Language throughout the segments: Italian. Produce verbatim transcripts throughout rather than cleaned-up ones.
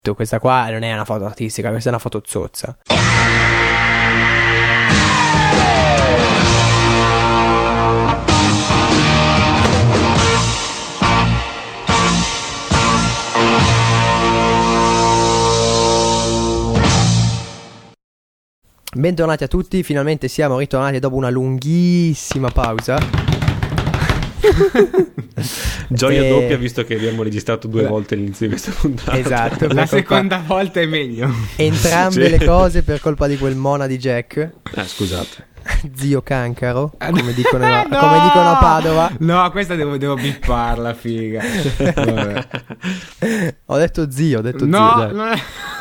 Questa qua non è una foto artistica, questa è una foto zozza. Bentornati a tutti, finalmente siamo ritornati dopo una lunghissima pausa. Gioia e... doppia, visto che abbiamo registrato due volte l'inizio di questa puntata. Esatto, la seconda colpa... volta è meglio. Entrambe sì. Le cose per colpa di quel mona di Jack. Ah, scusate. Zio Cancaro, come dicono, a, no! come dicono a Padova. No, questa devo, devo bipparla, figa. Ho detto zio, ho detto no, zio. No,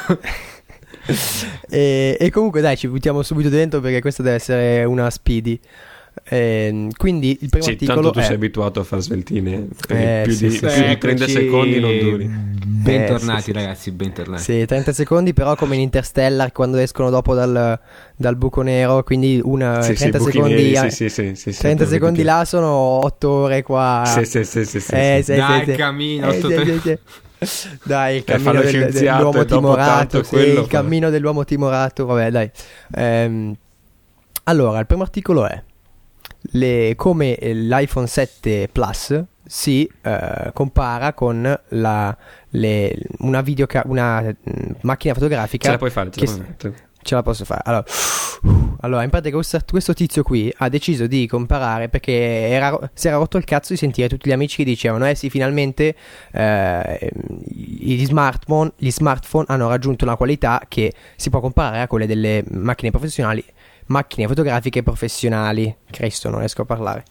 e, e comunque dai, ci buttiamo subito dentro perché questa deve essere una speedy. Eh, quindi il primo sì, articolo tanto tu è... sei abituato a fare sveltine eh, più, sì, di, sì, più sì. di trenta secondi non duri. Bentornati eh, sì, ragazzi, bentornati. Sì, trenta secondi, però come in Interstellar quando escono dopo dal, dal buco nero, quindi una sì, trenta sì, secondi neri, a... sì, sì, sì, sì, trenta sì, secondi sì. Là sono otto ore qua. Sì, sì, sì, sì, sì, eh, sì. sì, Dai, sì, cammino sì. otto Eh, sì, sì, sì. Dai, il cammino del, dell'uomo timorato, sì, il cammino fa... dell'uomo timorato, vabbè, dai. Ehm, allora, il primo articolo è Le, come l'iPhone sette Plus si eh, compara con la, le, una, videoca- una mh, macchina fotografica. Ce la puoi fare, ce, che la, puoi fare. ce la posso fare. Allora, allora in pratica questo, questo tizio qui ha deciso di comparare perché era, si era rotto il cazzo di sentire tutti gli amici che dicevano eh sì, finalmente eh, gli smartphone, gli smartphone hanno raggiunto una qualità che si può comparare a quelle delle macchine professionali, macchine fotografiche professionali. Cristo, non riesco a parlare.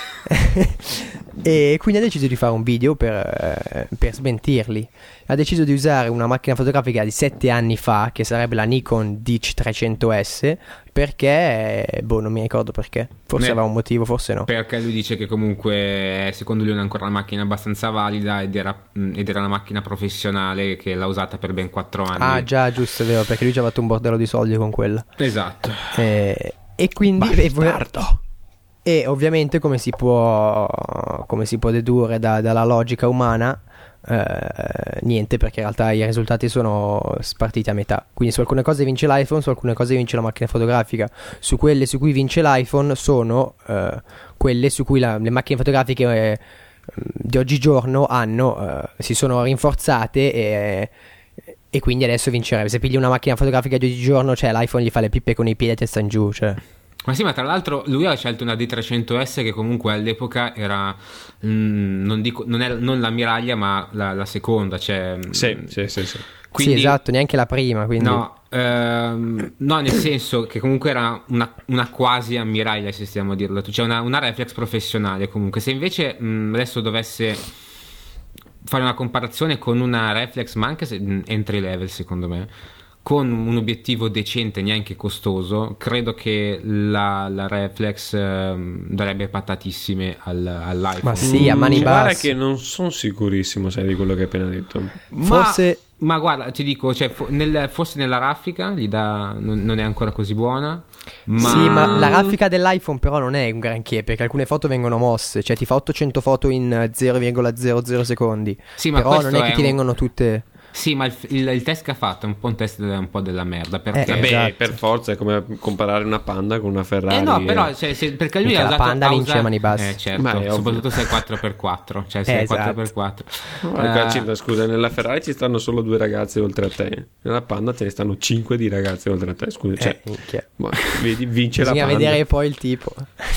E quindi ha deciso di fare un video per, eh, per smentirli. Ha deciso di usare una macchina fotografica di sette anni fa, che sarebbe la Nikon D C trecento S, perché, boh, non mi ricordo perché. Forse ne, aveva un motivo, forse no. Perché lui dice che comunque secondo lui è ancora una macchina abbastanza valida ed era, ed era una macchina professionale che l'ha usata per ben quattro anni. Ah già, giusto, è vero, perché lui ci ha fatto un bordello di soldi con quella. Esatto. E, e quindi e, e ovviamente come si può come si può dedurre da, dalla logica umana, eh, niente, perché in realtà i risultati sono spartiti a metà. Quindi su alcune cose vince l'iPhone, su alcune cose vince la macchina fotografica. Su quelle su cui vince l'iPhone sono eh, quelle su cui la, le macchine fotografiche eh, di oggigiorno hanno eh, si sono rinforzate e E quindi adesso vincerebbe. Se pigli una macchina fotografica di oggigiorno, cioè l'iPhone gli fa le pippe con i piedi a testa in giù, cioè. Ma sì, ma tra l'altro lui ha scelto una D trecento S che comunque all'epoca era mh, non, dico, non, è, non la miraglia ma la, la seconda, cioè sì, sì, sì, sì. Quindi, sì, esatto, neanche la prima, quindi... No, ehm, no, nel senso che comunque era una, una quasi ammiraglia, se stiamo a dirlo, cioè una, una reflex professionale comunque. Se invece mh, adesso dovesse fare una comparazione con una reflex, ma anche se entry level secondo me, con un obiettivo decente, neanche costoso, credo che la, la reflex eh, darebbe patatissime al, all'iPhone. Ma sì, a mani basse. Guarda che non sono sicurissimo, sai, di quello che hai appena detto. Ma, forse ma guarda, ti dico, cioè, fo- nel, forse nella raffica gli dà, non, non è ancora così buona. Ma... Sì, ma la raffica dell'iPhone però non è un granché, perché alcune foto vengono mosse, cioè ti fa ottocento foto in zero virgola zero zero secondi. Sì, ma però non è che ti un... vengono tutte... Sì, ma il, il, il test che ha fatto è un po' un test un po' della merda. Perché... Eh, Beh, esatto. per forza è come comparare una Panda con una Ferrari. Eh no, però cioè, se, perché lui perché ha la usato Panda vince usato... a mani basse. Eh certo, ma soprattutto se è quattro per quattro, cioè se eh, è quattro esatto. per quattro. Uh, scusa, nella Ferrari ci stanno solo due ragazze oltre a te. Nella Panda ce ne stanno cinque di ragazze oltre a te. Scusa, cioè, eh, ma, vedi, vince la Bisogna Panda. vedere poi il tipo.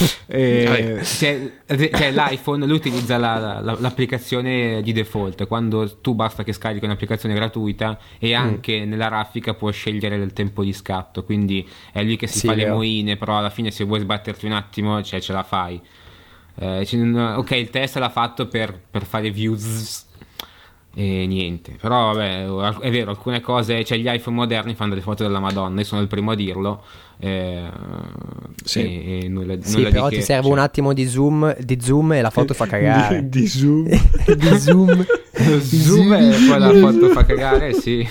eh, cioè, cioè l'iPhone lui utilizza la, la, l'applicazione di default. Quando tu basta che scarichi un'applicazione gratuita e anche mm. nella raffica puoi scegliere il tempo di scatto, quindi è lì che si sì, fa vero. le moine, però alla fine se vuoi sbatterti un attimo, cioè ce la fai. Eh, ok, il test l'ha fatto per, per fare views e niente, però vabbè, è vero, alcune cose, cioè gli iPhone moderni fanno delle foto della Madonna, io sono il primo a dirlo. Eh, sì, e, e nulla, sì nulla però di ti che, serve cioè... un attimo di zoom, di zoom e la foto fa cagare. di, di zoom di zoom zoom e poi la foto fa cagare, sì.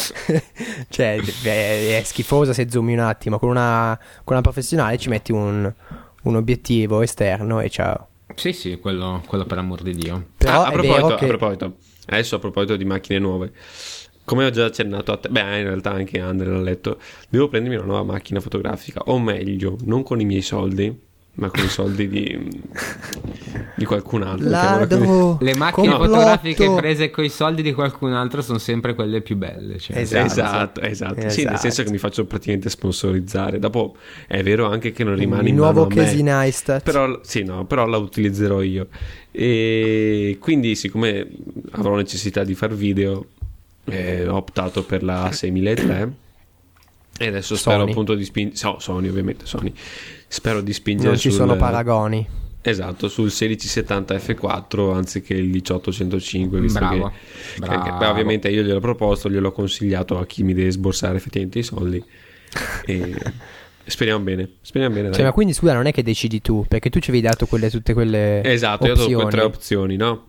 Cioè è, è schifosa se zoomi un attimo. Con una, con una professionale ci metti un, un obiettivo esterno e ciao. Sì sì, quello, quello per amor di Dio. Però ah, a, è proposito, vero che... a proposito adesso a proposito di macchine nuove, come ho già accennato a te, beh, in realtà anche Andre l'ha letto, devo prendermi una nuova macchina fotografica, o meglio, non con i miei soldi, ma con i soldi di, di qualcun altro. Ladro, le macchine complotto. fotografiche prese con i soldi di qualcun altro sono sempre quelle più belle, cioè. Esatto, esatto, esatto. esatto. Sì, nel senso che mi faccio praticamente sponsorizzare. Dopo è vero anche che non rimane il in nuovo mano a me, Casey Neistat. però sì, no, però la utilizzerò io. E quindi, siccome avrò necessità di far video, eh, ho optato per la sessantamila e adesso spero Sony. appunto di spingere. No, Sony, ovviamente Sony. Spero di spingere. Non ci sul... sono paragoni. Esatto, sul sedici settanta effe quattro anziché il diciotto cento cinque, visto Bravo, che, bravo. che beh, ovviamente io gliel'ho proposto, gliel'ho consigliato a chi mi deve sborsare effettivamente i soldi e speriamo bene, speriamo bene, Cioè, dai. ma quindi scusa, non è che decidi tu, perché tu ci avevi dato quelle, tutte quelle Esatto, io ho opzioni. dato quelle tre opzioni, no?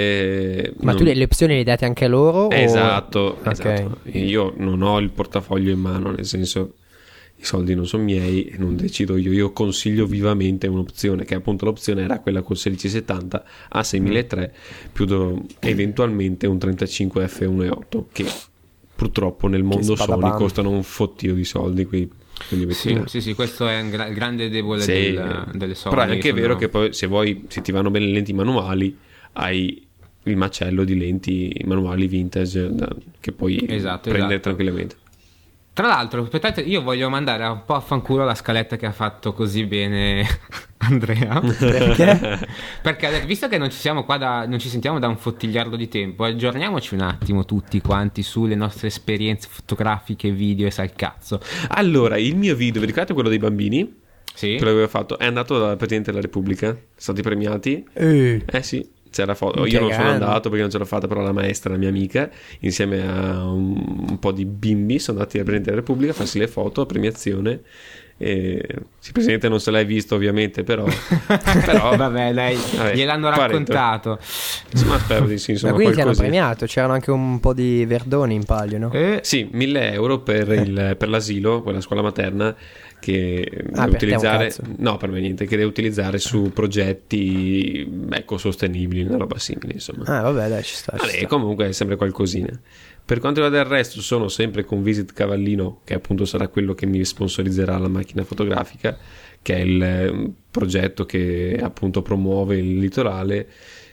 E Ma non- tu le, le opzioni le hai date anche a loro? Esatto, o... esatto. Ok. Io non ho il portafoglio in mano, nel senso i soldi non sono miei e non decido io. Io consiglio vivamente un'opzione, che appunto l'opzione era quella col sedici settanta a seimilatrecento più do- eventualmente un trentacinque effe uno virgola otto, che purtroppo nel mondo Sony spadabam. costano un fottio di soldi, qui quindi Sì, metti- sì, sì, questo è un gra- il grande debole Sì, del, delle Sony. però è anche sono- vero che poi se vuoi, se ti vanno bene le lenti manuali, hai il macello di lenti manuali vintage da- che puoi Esatto, prendere esatto. tranquillamente. Tra l'altro, aspettate, io voglio mandare un po' a fanculo la scaletta che ha fatto così bene Andrea. Perché? Perché visto che non ci siamo qua da, non ci sentiamo da un fottigliardo di tempo, aggiorniamoci un attimo tutti quanti sulle nostre esperienze fotografiche, video e sai cazzo. Allora, il mio video, vi ricordate quello dei bambini? Sì? Che l'avevo fatto, è andato dal Presidente della Repubblica, sono stati premiati. Eh, Eh sì, c'era foto. Che Io non sono grande. andato perché non ce l'ho fatta, però la maestra, la mia amica, insieme a un, un po' di bimbi, sono andati al Presidente della Repubblica a farsi le foto a premiazione. E... sì, il Presidente non se l'hai visto ovviamente, però... però Vabbè, dai, vabbè, gliel'hanno quaranta. raccontato. Insomma, spero di sì, ma insomma, quindi ti hanno qualcosina. premiato? C'erano anche un po' di verdoni in palio, no? Eh, Sì, mille euro per, il, per l'asilo, quella scuola materna che Ah, deve per te un utilizzare, cazzo. no, per me niente, che deve utilizzare su progetti ecosostenibili, una roba simile, insomma. Ah, vabbè, dai, ci sta. ci Vabbè, sta. comunque è sempre qualcosina. Per quanto riguarda il resto, sono sempre con Visit Cavallino, che appunto sarà quello che mi sponsorizzerà la macchina fotografica, che è il eh, progetto che appunto promuove il litorale.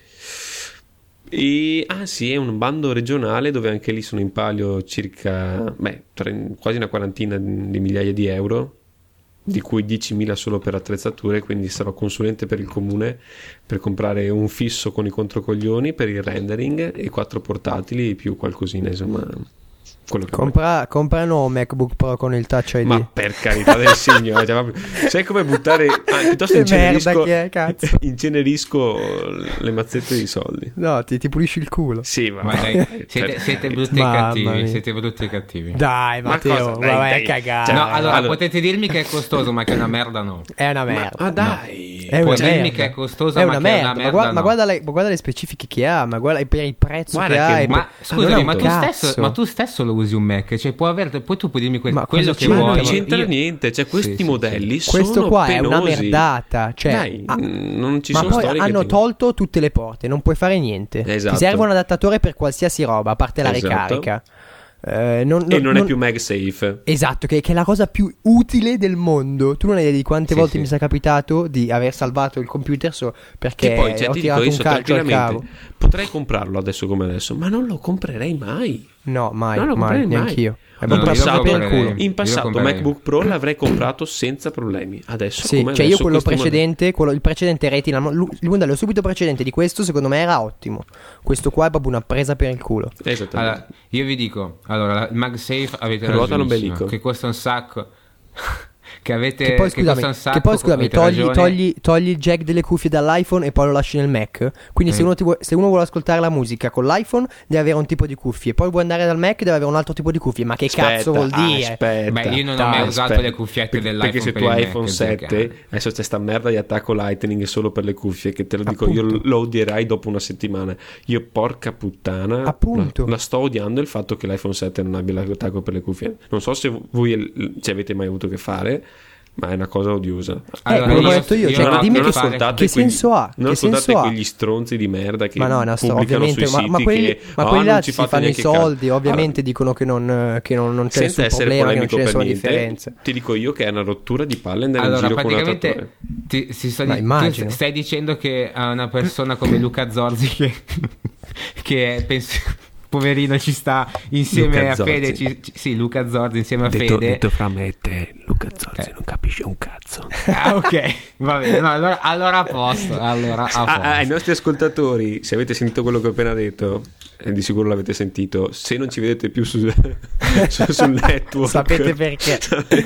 E ah sì, è un bando regionale dove anche lì sono in palio circa beh, tre- quasi una quarantina di migliaia di euro, di cui diecimila solo per attrezzature, quindi sarò consulente per il comune per comprare un fisso con i controcoglioni per il rendering e quattro portatili più qualcosina, insomma, quello che vuoi. Compra, compra un nuovo MacBook Pro con il Touch I D. Ma per carità del Signore, cioè, proprio- sai come buttare ah, piuttosto Che incenerisco, merda che è, cazzo. incenerisco le mazzette di soldi. No, ti, ti pulisci il culo. Sì, ma, ma dai, siete, per- siete brutti e Mamma cattivi, mia. siete brutti e cattivi. Dai, Ma Matteo, cosa? ma Dai, vai dai. a cagare. Cioè, No, allora, allora- potete dirmi che è costoso, ma che è una merda no. È una Ma, merda. ah, dai, È una Puoi dirmi merda. che è costoso, È ma una che è merda. una Ma, merda guarda, ma no. guarda le, ma guarda le specifiche che ha, ma, guarda, per il prezzo Guarda che che- ha. e Ma per- scusami, non è ma un tu, cazzo. stesso, ma tu stesso lo usi un Mac, cioè può aver, poi tu puoi dirmi que- Ma quello cosa che c'entra? vuoi. non c'entra Io- niente, cioè questi Sì, sì, modelli sì. sono Questo qua è una penosi. merdata. Cioè, Dai, ah, non ci ma sono poi storie che hanno tengono. tolto tutte le porte, non puoi fare niente. Esatto. Ti serve un adattatore per qualsiasi roba, a parte la Esatto. ricarica. Eh, non, E non è più MagSafe. Esatto, che, che è la cosa più utile del mondo. Tu non hai idea di quante Sì, volte sì. mi sia capitato di aver salvato il computer so perché Che poi, cioè, ho ti tirato dico, io un so calcio al cavo. tranquillamente potrei comprarlo adesso come adesso, ma non lo comprerei mai. No, mai, Non lo mai, comprerei mai. neanch'io. È No, In no, proprio io lo passato, per il comprerei. culo. in Io passato lo comprerei. MacBook Pro l'avrei comprato senza problemi. Adesso Sì, come cioè io adesso quello questi precedente, quello, il precedente Retina, l- il modello subito precedente di questo secondo me era ottimo. Questo qua è proprio una presa per il culo. modelli- Esattamente. Allora, io vi dico, allora, il MagSafe avete Ruota ragionissimo, l'ombelico. che costa un sacco. che avete Che poi che scusami, costa un sacco, che poi, scusami avete togli, ragione. togli, togli il jack delle cuffie dall'iPhone e poi lo lasci nel Mac. Quindi se, Mm. uno ti vuole, se uno vuole ascoltare la musica con l'iPhone deve avere un tipo di cuffie, poi vuoi andare dal Mac deve avere un altro tipo di cuffie. Ma che Aspetta, cazzo vuol dire? Aspetta. Beh, io non ho mai Dai, usato aspetta. le cuffiette Per- dell'iPhone perché se per tu il hai Mac, iPhone perché- sette adesso c'è sta merda di attacco Lightning solo per le cuffie, che te lo dico Appunto. io, lo odierai dopo una settimana. Io porca puttana, Appunto. La, la sto odiando il fatto che l'iPhone sette non abbia l'attacco per le cuffie. Non so se voi ci avete mai avuto a che fare, ma è una cosa odiosa. Allora, eh, come ho detto io, cioè, non, dimmi non che, ascoltate che quegli, senso ha? Non che ascoltate senso quegli ha? stronzi di merda che ma no, no, pubblicano ovviamente, sui ma, siti ma quelli, che, ma oh, quelli là si fate fanno i soldi, ca- ovviamente allora, dicono che non, che non, non c'è senza nessun essere problema, che non ce ne per sono niente, differenze. Ti dico io che è una rottura di palle andare allora, in giro con un praticamente trattatore. ti, si sta Ma di- immagino. tu stai dicendo che a una persona come Luca Zorzi che, che penso poverino ci sta insieme Luca a Zorzi. Fede ci, ci, sì Luca Zorzi insieme a detto, Fede detto fra me e te, Luca Zorzi okay. non capisce un cazzo. Ah, ok, va bene, no, allora, allora a posto, allora a posto. Ah, ai nostri ascoltatori, se avete sentito quello che ho appena detto, eh, di sicuro l'avete sentito, se non ci vedete più sul, su, sul network sapete perché.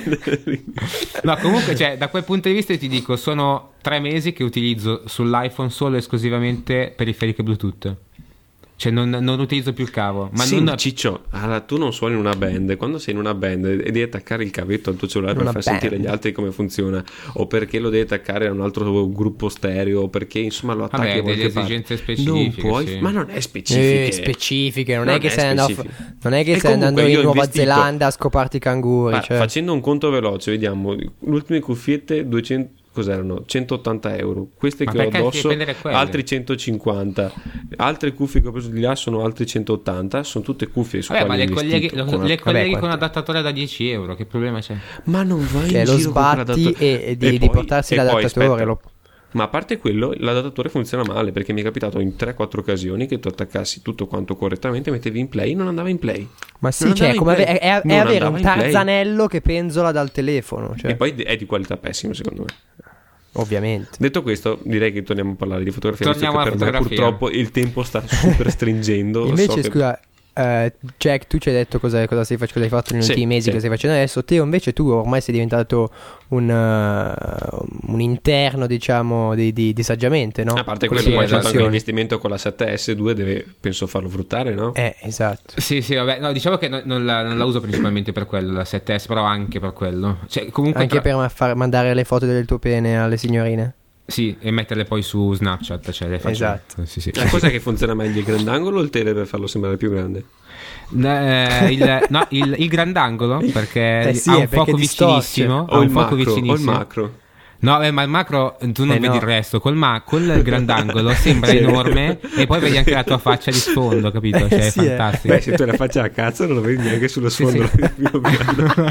No, comunque, cioè, da quel punto di vista ti dico, sono tre mesi che utilizzo sull'iPhone solo e esclusivamente periferiche Bluetooth. Cioè non, non utilizzo più il cavo. Ma sì, non... Ciccio, allora, tu non suoni in una band. Quando sei in una band e devi attaccare il cavetto al tuo cellulare per Una far band. sentire agli altri come funziona, o perché lo devi attaccare a un altro gruppo stereo, o perché insomma lo attacchi Vabbè, a qualche delle parte. esigenze specifiche, Non puoi, sì. ma non è specifiche. Eh, specifiche, non, Non è che è stai andando, specifiche. non è che E stai comunque andando in io ho Nuova investito- Zelanda a scoparti i canguri. Ma Cioè. facendo un conto veloce, vediamo. Le ultime cuffiette duecento, cos'erano? centottanta euro. Queste Ma che ho perché devi addosso prendere quelle? altri centocinquanta. Altre cuffie che ho preso di là sono altri centottanta. Sono tutte cuffie su Vabbè, ma quali le ho colleghi, investito lo- con- le colleghi Vabbè, con un quanto- adattatore da dieci euro, che problema c'è? Ma non vai Che in lo giro con sbatti quell'adattatore. e, di, E di poi- portarsi e poi, l'adattatore. aspetta, Lo... Ma a parte quello, l'adattatore funziona male, perché mi è capitato in tre quattro occasioni che tu attaccassi tutto quanto correttamente, mettevi in play, non andava in play. Ma sì, Non cioè, andava come in ave- play. è, è Non avere andava un in play. tarzanello che penzola dal telefono. Cioè, E poi è di qualità pessima, secondo me. ovviamente. Detto questo, direi che torniamo a parlare di fotografia. Torniamo visto che alla per me fotografia. purtroppo il tempo sta super stringendo. Invece, so che- scusa, eh, Jack, tu ci hai detto cosa, cosa, stai fac- cosa hai fatto negli Sì, ultimi mesi, sì. cosa stai facendo adesso. Teo, invece, tu ormai sei diventato un, uh, un interno, diciamo, di, di, di Saggiamente, no? A parte Come quello, si poi c'è chiama? anche l'investimento con la sette S due, deve penso farlo fruttare, no? Eh, esatto. Sì, sì, vabbè, no, diciamo che no- non, la, non la uso principalmente per quello, la sette S, però anche per quello. Cioè, comunque Anche tra- per ma- far mandare le foto del tuo pene alle signorine. Sì, e metterle poi su Snapchat, cioè le faccio. Esatto. Sì, sì. La cosa che funziona meglio, il grandangolo o il tele per farlo sembrare più grande? Eh, il, no, il, il grandangolo perché Eh sì, ha è un perché fuoco distorce. vicinissimo, ha O un il fuoco macro, o il vicinissimo. macro. No, eh, ma il macro tu non Eh, vedi no. il resto, col, ma- col grandangolo sembra Sì. enorme e poi vedi anche la tua faccia di sfondo, capito? Cioè, Eh, è sì, eh. fantastico. Beh, se tu hai la faccia a cazzo non lo vedi neanche sullo Sì, sfondo. sì. piano piano.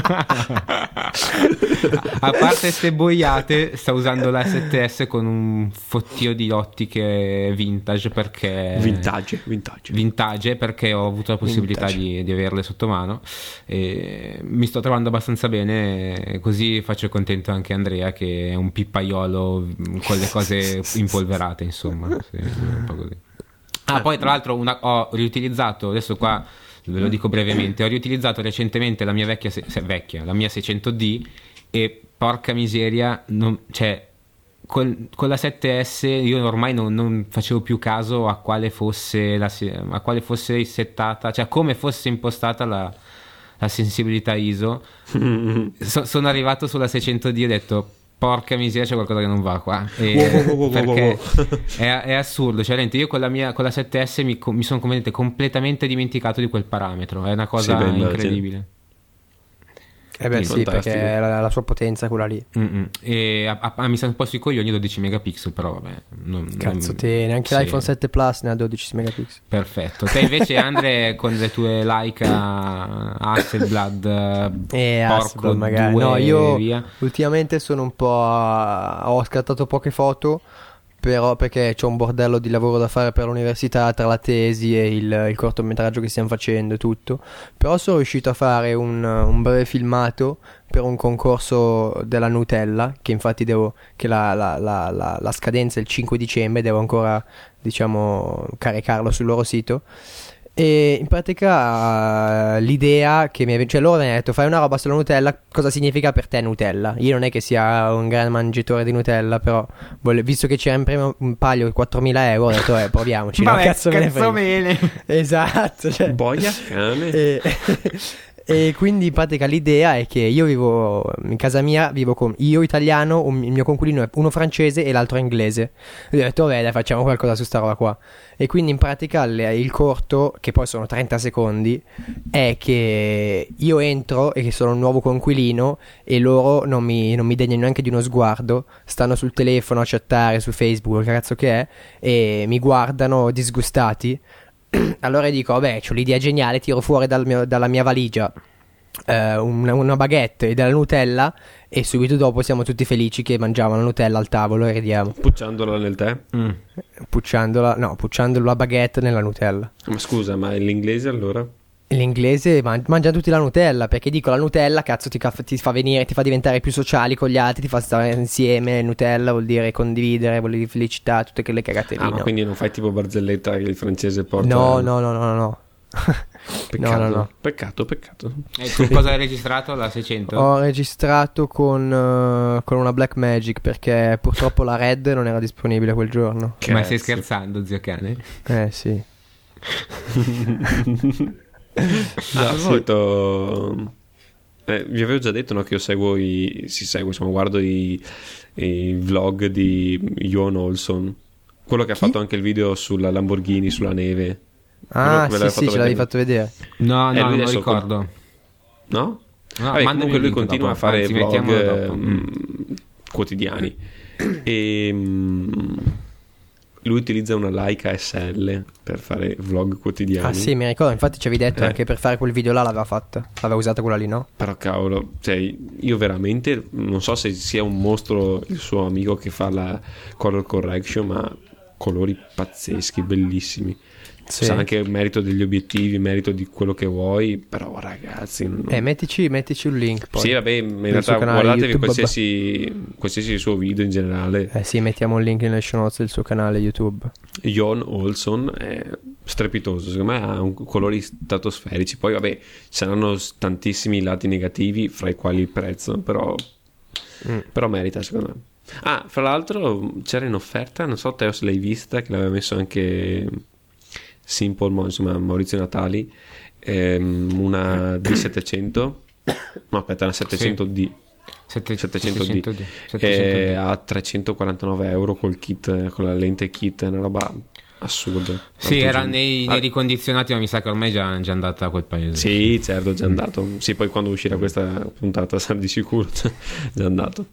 A parte ste boiate, sta usando la sette S con un fottio di ottiche vintage perché Vintage, vintage. vintage perché ho avuto la possibilità Vintage. di, di averle sotto mano e mi sto trovando abbastanza bene, così faccio contento anche Andrea che è un pippaiolo con le cose impolverate, insomma. Sì, un po' così. Ah, poi tra l'altro una- ho riutilizzato, adesso qua ve lo dico brevemente, ho riutilizzato recentemente la mia vecchia, se- se- vecchia, la mia seicento D e porca miseria, non, cioè col- con la sette S io ormai non, non facevo più caso a quale fosse la, se- a quale fosse settata, cioè come fosse impostata la, la sensibilità I S O. So- sono arrivato sulla seicento D e ho detto porca miseria, c'è qualcosa che non va qua. E- Wow, wow, wow, wow, perché wow, wow. È, è assurdo, cioè veramente io con la mia con la sette S mi, mi sono completamente, completamente dimenticato di quel parametro, è una cosa Sì, beh, immagino. incredibile. Eh beh, Sì, sì, fantastico. perché la, la sua potenza è quella lì. Mm-mm. E a, a- a- mi sta un po' sui coglioni dodici megapixel, però vabbè. Non, Cazzo non- te, neanche sì. l'iPhone sette Plus ne ha dodici megapixel. Perfetto. Te invece Andre con le tue Leica Hasselblad E Porco Hasselblad magari. due No, e io via. ultimamente sono un po' a- ho scattato poche foto, però perché c'ho un bordello di lavoro da fare per l'università tra la tesi e il, il cortometraggio che stiamo facendo e tutto. Però sono riuscito a fare un, un breve filmato per un concorso della Nutella, che infatti devo che la, la, la, la, la scadenza è il cinque dicembre, devo ancora diciamo caricarlo sul loro sito. E in pratica eh, l'idea che mi è cioè loro mi hanno detto fai una roba sulla Nutella, cosa significa per te Nutella? Io non è che sia un gran mangiatore di Nutella, però voglio- visto che c'era in premio un paio di quattromila euro ho detto eh proviamoci, no? Vabbè, Cazzo me ne frega. bene. Esatto, cioè. Boia cane. E, E quindi in pratica l'idea è che io vivo in casa mia, vivo con io italiano, un, il mio coinquilino è uno francese e l'altro inglese. E ho detto, vabbè, dai, facciamo qualcosa su sta roba qua. E quindi in pratica il, il corto, che poi sono trenta secondi, è che io entro e che sono un nuovo coinquilino e loro non mi, non mi degnano neanche di uno sguardo, stanno sul telefono a chattare su Facebook, che cazzo che è, e mi guardano disgustati. Allora dico, vabbè, c'ho l'idea geniale, tiro fuori dal mio, dalla mia valigia eh, una, una baguette e della Nutella e subito dopo siamo tutti felici che mangiamo la Nutella al tavolo e ridiamo. Pucciandola nel tè? Mm. Pucciandola, no, pucciando la baguette nella Nutella. Ma scusa, ma l'inglese allora? L'inglese man- mangia tutti la Nutella, perché dico la Nutella cazzo ti, ca- ti fa venire, ti fa diventare più sociali con gli altri, ti fa stare insieme. Nutella vuol dire condividere, vuol dire felicità, tutte quelle cagate lì. Ah, ma no? quindi non fai tipo barzelletta che il francese porta? No, no, no, no, no. Peccato, no, no, no. peccato, peccato. E tu cosa hai registrato? La seicento? Ho registrato con, uh, con una Blackmagic perché purtroppo la Red non era disponibile quel giorno. Ma stai scherzando, zio cane? Eh sì. Ah, al solito eh, vi avevo già detto, no, che io seguo i si segue, insomma, guardo i, i vlog di Johan Olson, quello che ha Chi? fatto anche il video sulla Lamborghini sulla neve. Ah Quello- sì sì, ce l'avevi fatto vedere. No, Eh, no, lui non lo adesso ricordo. No? No, Vabbè, mandami comunque il lui link continua dopo, a fare anzi, vlog mettiamolo dopo. mm, quotidiani e mm, lui utilizza una Leica S L per fare vlog quotidiani. Ah sì, mi ricordo, infatti ci avevi detto Eh. anche per fare quel video là l'aveva fatta. Aveva usata quella lì, no? Però cavolo, cioè io veramente non so se sia un mostro il suo amico che fa la color correction, ma colori pazzeschi, bellissimi. Sì. Sa anche il merito degli obiettivi, il merito di quello che vuoi, però ragazzi non... Eh, mettici, mettici un link poi. Sì, vabbè, in Nel realtà suo canale guardatevi YouTube, qualsiasi, qualsiasi suo video in generale. Eh sì, mettiamo un link nelle show notes del suo canale YouTube. Johan Olson è strepitoso, secondo me ha un colori stratosferici. Poi vabbè, saranno tantissimi lati negativi, fra i quali il prezzo, però, Mm. però merita secondo me. Ah, fra l'altro c'era in offerta, non so Teo se l'hai vista, che l'aveva messo anche Simple, Mo- insomma Maurizio Natali, ehm, una D settecento, no aspetta, una settecento D. Sette- settecento D, settecento D. eh, settecento D. a trecentoquarantanove euro col kit, con la lente kit, è una roba assurda. Sì, Tanto era gente- nei, Ah, nei ricondizionati, ma mi sa che ormai è già, già andata a quel paese. sì, certo, è già andato. Sì, poi quando uscirà questa puntata sarà di sicuro già andato.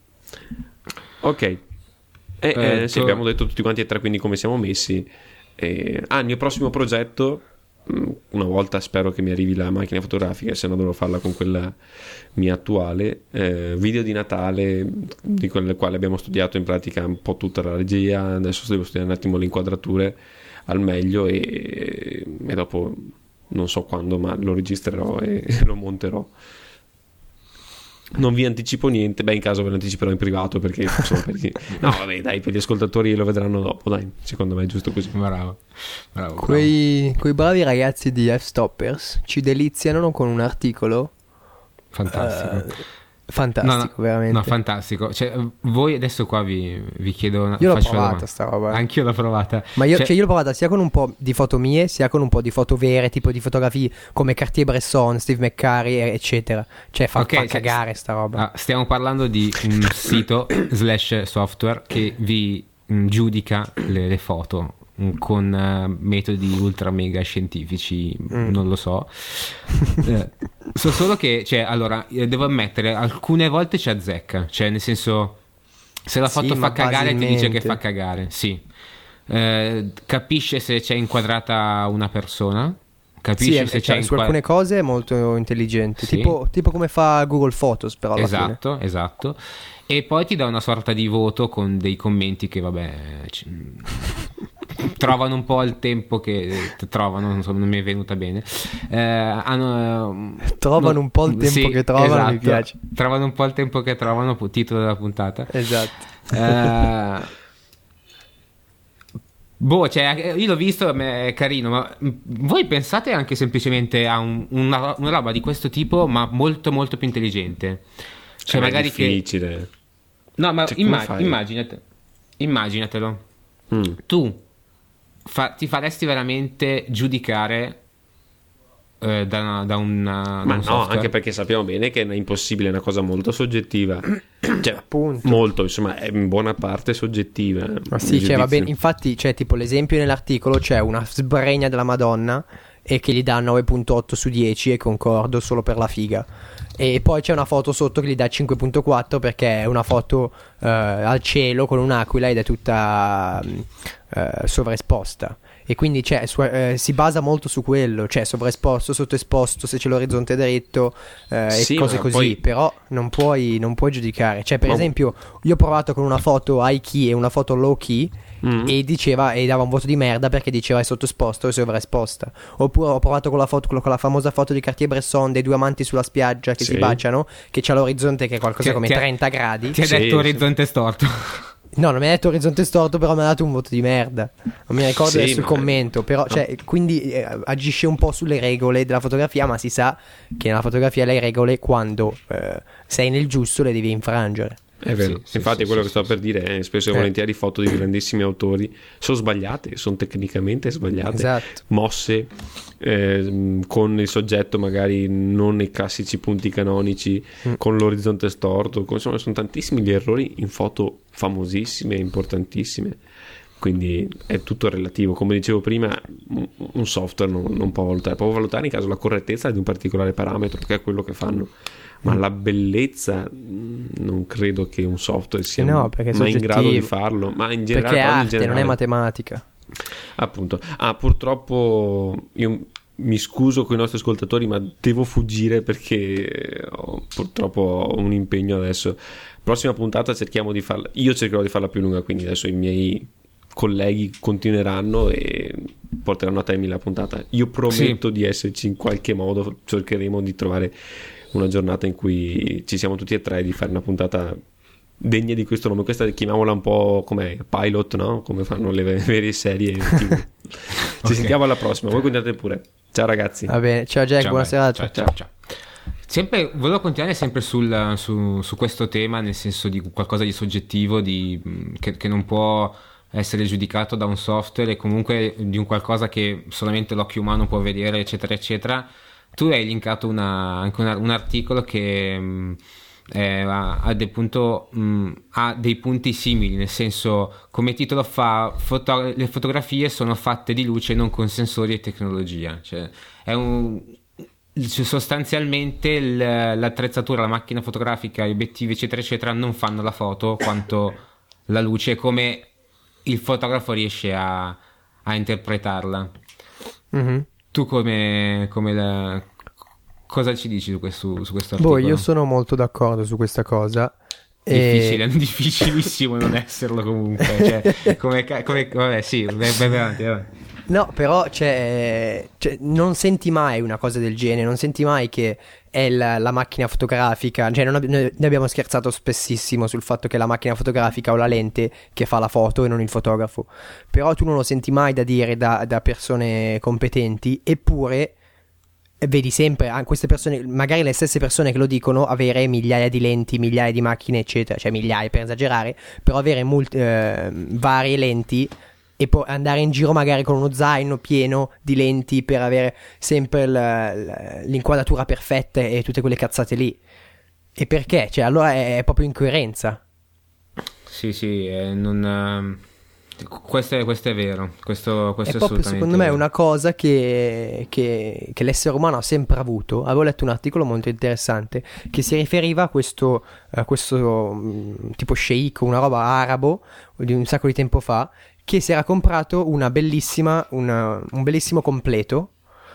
Ok. E, Eh, eh, sì, tu- abbiamo detto tutti quanti e tre quindi come siamo messi. E- ah, il mio prossimo progetto, mh, una volta spero che mi arrivi la macchina fotografica, se no dovrò farla con quella mia attuale, eh, video di Natale di quelle quale abbiamo studiato in pratica un po' tutta la regia, adesso devo studiare un attimo le inquadrature al meglio e, e dopo non so quando, ma lo registrerò e lo monterò. Non vi anticipo niente, beh in caso ve lo anticiperò in privato perché insomma, per gli... no vabbè dai, per gli ascoltatori lo vedranno dopo, dai, secondo me è giusto così. Bravo, bravo, bravo. Quei, quei bravi ragazzi di F-Stoppers ci deliziano con un articolo Fantastico. eh, fantastico, No, no, veramente. No, fantastico. Cioè, voi adesso qua vi, vi chiedo una, Io l'ho faccio una provata domanda. sta roba. Anch'io l'ho provata. Ma io, Cioè, cioè, io l'ho provata sia con un po' di foto mie, sia con un po' di foto vere, tipo di fotografie come Cartier-Bresson, Steve McCurry, e- eccetera. Cioè, fa, Ok, fa cioè, cagare sta roba. ah, stiamo parlando di un sito slash software che vi mm, giudica le, le foto mm, con eh, metodi ultra mega scientifici, Mm. non lo so. Eh, so solo che, cioè, allora, eh, devo ammettere, alcune volte ci azzecca, cioè, nel senso, se la Sì, foto ma fa cagare, ti dice basilmente. che fa cagare, sì. Eh, capisce se c'è inquadrata una persona, capisce Sì, è- se cioè, c'è su inqua- alcune cose è molto intelligente, Sì. tipo, tipo come fa Google Photos, però alla fine. Esatto, esatto. E poi ti dà una sorta di voto con dei commenti che, vabbè, ci- trovano un po' il tempo che trovano, non, so, non mi è venuta bene. Eh, hanno, Trovano no, un po' il tempo sì, che trovano, esatto. mi piace. Trovano un po' il tempo che trovano, pu- titolo della puntata. Esatto. Eh, boh, cioè, io l'ho visto, è carino, ma mh, voi pensate anche semplicemente a un- una, una roba di questo tipo, ma molto molto più intelligente? Cioè, Eh, magari è che... difficile. No, ma Cioè, come imma- fai? immaginate, immaginatelo. Mm. Tu fa- ti faresti veramente giudicare eh, da, da, una, da Ma un no, software. anche perché sappiamo bene che è impossibile, è una cosa molto soggettiva. Cioè, Appunto. molto, insomma, è in buona parte soggettiva. Ma sì, il cioè, va giudizio. bene. Infatti, c'è tipo l'esempio nell'articolo, c'è una sbregna della Madonna e che gli dà nove virgola otto su dieci, e concordo, solo per la figa. E poi c'è una foto sotto che gli dà cinque virgola quattro perché è una foto eh, al cielo con un'aquila ed è tutta eh, sovraesposta. E quindi cioè, su, eh, si basa molto su quello, cioè sovraesposto, sottoesposto, se c'è l'orizzonte dritto eh, Sì, e cose ma così. poi- Però non puoi, non puoi giudicare. Cioè, per Ma- esempio, io ho provato con una foto high key e una foto low key. Mm. E diceva, e dava un voto di merda perché diceva è sottoesposto e sovraesposta. Oppure ho provato con la foto, con la famosa foto di Cartier-Bresson dei due amanti sulla spiaggia che Sì. si baciano, che c'ha l'orizzonte che è qualcosa Ti- come ti ha- trenta gradi. Ti ha Sì, detto sì. orizzonte storto. No, non mi ha detto orizzonte storto, però mi ha dato un voto di merda. Non mi ricordo Sì, adesso il ma- commento. Però, cioè, quindi eh, agisce un po' sulle regole della fotografia, ma si sa che nella fotografia le regole, quando eh, sei nel giusto, le devi infrangere. È vero, Sì, sì, infatti sì, quello sì, che sto sì, per dire è spesso e Eh. volentieri foto di grandissimi autori sono sbagliate, sono tecnicamente sbagliate, Esatto. mosse ehm, con il soggetto magari non nei classici punti canonici, Mm. con l'orizzonte storto, con- insomma sono tantissimi gli errori in foto famosissime e importantissime, quindi è tutto relativo. Come dicevo prima, un- un software non, non può valutare, può valutare in caso la correttezza di un particolare parametro, che è quello che fanno. Ma la bellezza mh, non credo che un software sia No, perché è mai in grado di soggettivo. farlo, ma in generale, Perché è però in arte, non è generale. matematica. Appunto. Ah, purtroppo io mi scuso con i nostri ascoltatori, ma devo fuggire perché ho- purtroppo ho un impegno adesso. Prossima puntata cerchiamo di farla. Io cercherò di farla più lunga, quindi adesso i miei colleghi continueranno e porteranno a termine la puntata. Io prometto di esserci in qualche modo, cercheremo di trovare una giornata in cui ci siamo tutti e tre, di fare una puntata degna di questo nome. Questa chiamiamola un po' come pilot, no? Come fanno le ve- vere serie T V. Ci Ok. sentiamo alla prossima, voi continuate pure. Ciao ragazzi. Va bene, ciao Jack, Ciao, buona bye. serata. Ciao, ciao, ciao. Sempre, volevo continuare sempre sul, su, su questo tema, nel senso di qualcosa di soggettivo, di, mh, che, che non può essere giudicato da un software, e comunque di un qualcosa che solamente l'occhio umano può vedere, eccetera, eccetera. Tu hai linkato una, anche una- un articolo che mh, eh, ha, ha del punto, mh, ha dei punti simili, nel senso, come titolo fa foto- le fotografie sono fatte di luce, non con sensori e tecnologia. Cioè, è un cioè, sostanzialmente il- l'attrezzatura, la macchina fotografica, gli obiettivi, eccetera, eccetera, non fanno la foto quanto la luce, come il fotografo riesce a, a interpretarla. Mhm. Tu come, come la- cosa ci dici su questo, su questo Boh, articolo? io sono molto d'accordo su questa cosa. Difficile, E... è difficilissimo non esserlo comunque. Cioè, come, ca- come, vabbè, sì, vai, vai avanti, vai avanti. No, però cioè, cioè, non senti mai una cosa del genere, non senti mai che è la, la macchina fotografica, cioè non ab- noi ne abbiamo scherzato spessissimo sul fatto che è la macchina fotografica o la lente che fa la foto e non il fotografo, però tu non lo senti mai da dire da, da persone competenti, eppure vedi sempre ah, queste persone, magari le stesse persone che lo dicono, avere migliaia di lenti, migliaia di macchine eccetera, cioè migliaia per esagerare, però avere multi, eh, varie lenti e poi andare in giro magari con uno zaino pieno di lenti per avere sempre l- l- l'inquadratura perfetta e tutte quelle cazzate lì. E perché? Cioè allora è, è proprio incoerenza. Sì, sì, eh, non, ehm, questo, è, questo è vero, questo, questo È è, proprio assolutamente secondo me vero. una cosa che, che, che l'essere umano ha sempre avuto. Avevo letto un articolo molto interessante che si riferiva a questo, a questo mh, tipo sceicco, una roba arabo di un sacco di tempo fa, che si era comprato una bellissima, una, un bellissimo completo.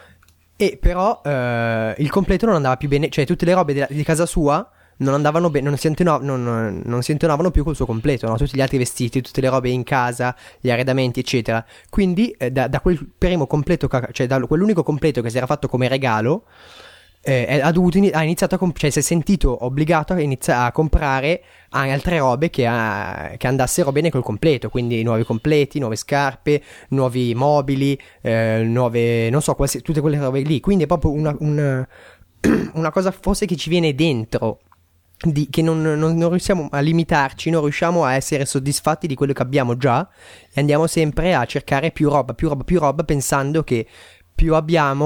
E però eh, il completo non andava più bene, cioè tutte le robe della- di casa sua non andavano bene, non si, intonav- non, non si intonavano più col suo completo, no? Tutti gli altri vestiti, tutte le robe in casa, gli arredamenti, eccetera. Quindi eh, da, da quel primo completo, ca- cioè da quell'unico completo che si era fatto come regalo, eh, ha, dovuto ini- ha iniziato a comp- cioè si è sentito obbligato a iniziare a comprare anche altre robe che, ha- che andassero bene col completo, quindi nuovi completi, nuove scarpe, nuovi mobili, eh, nuove, non so, qualsi- tutte quelle robe lì. Quindi è proprio una, una, una cosa forse che ci viene dentro, di, che non, non, non riusciamo a limitarci, non riusciamo a essere soddisfatti di quello che abbiamo già e andiamo sempre a cercare più roba, più roba, più roba, pensando che più abbiamo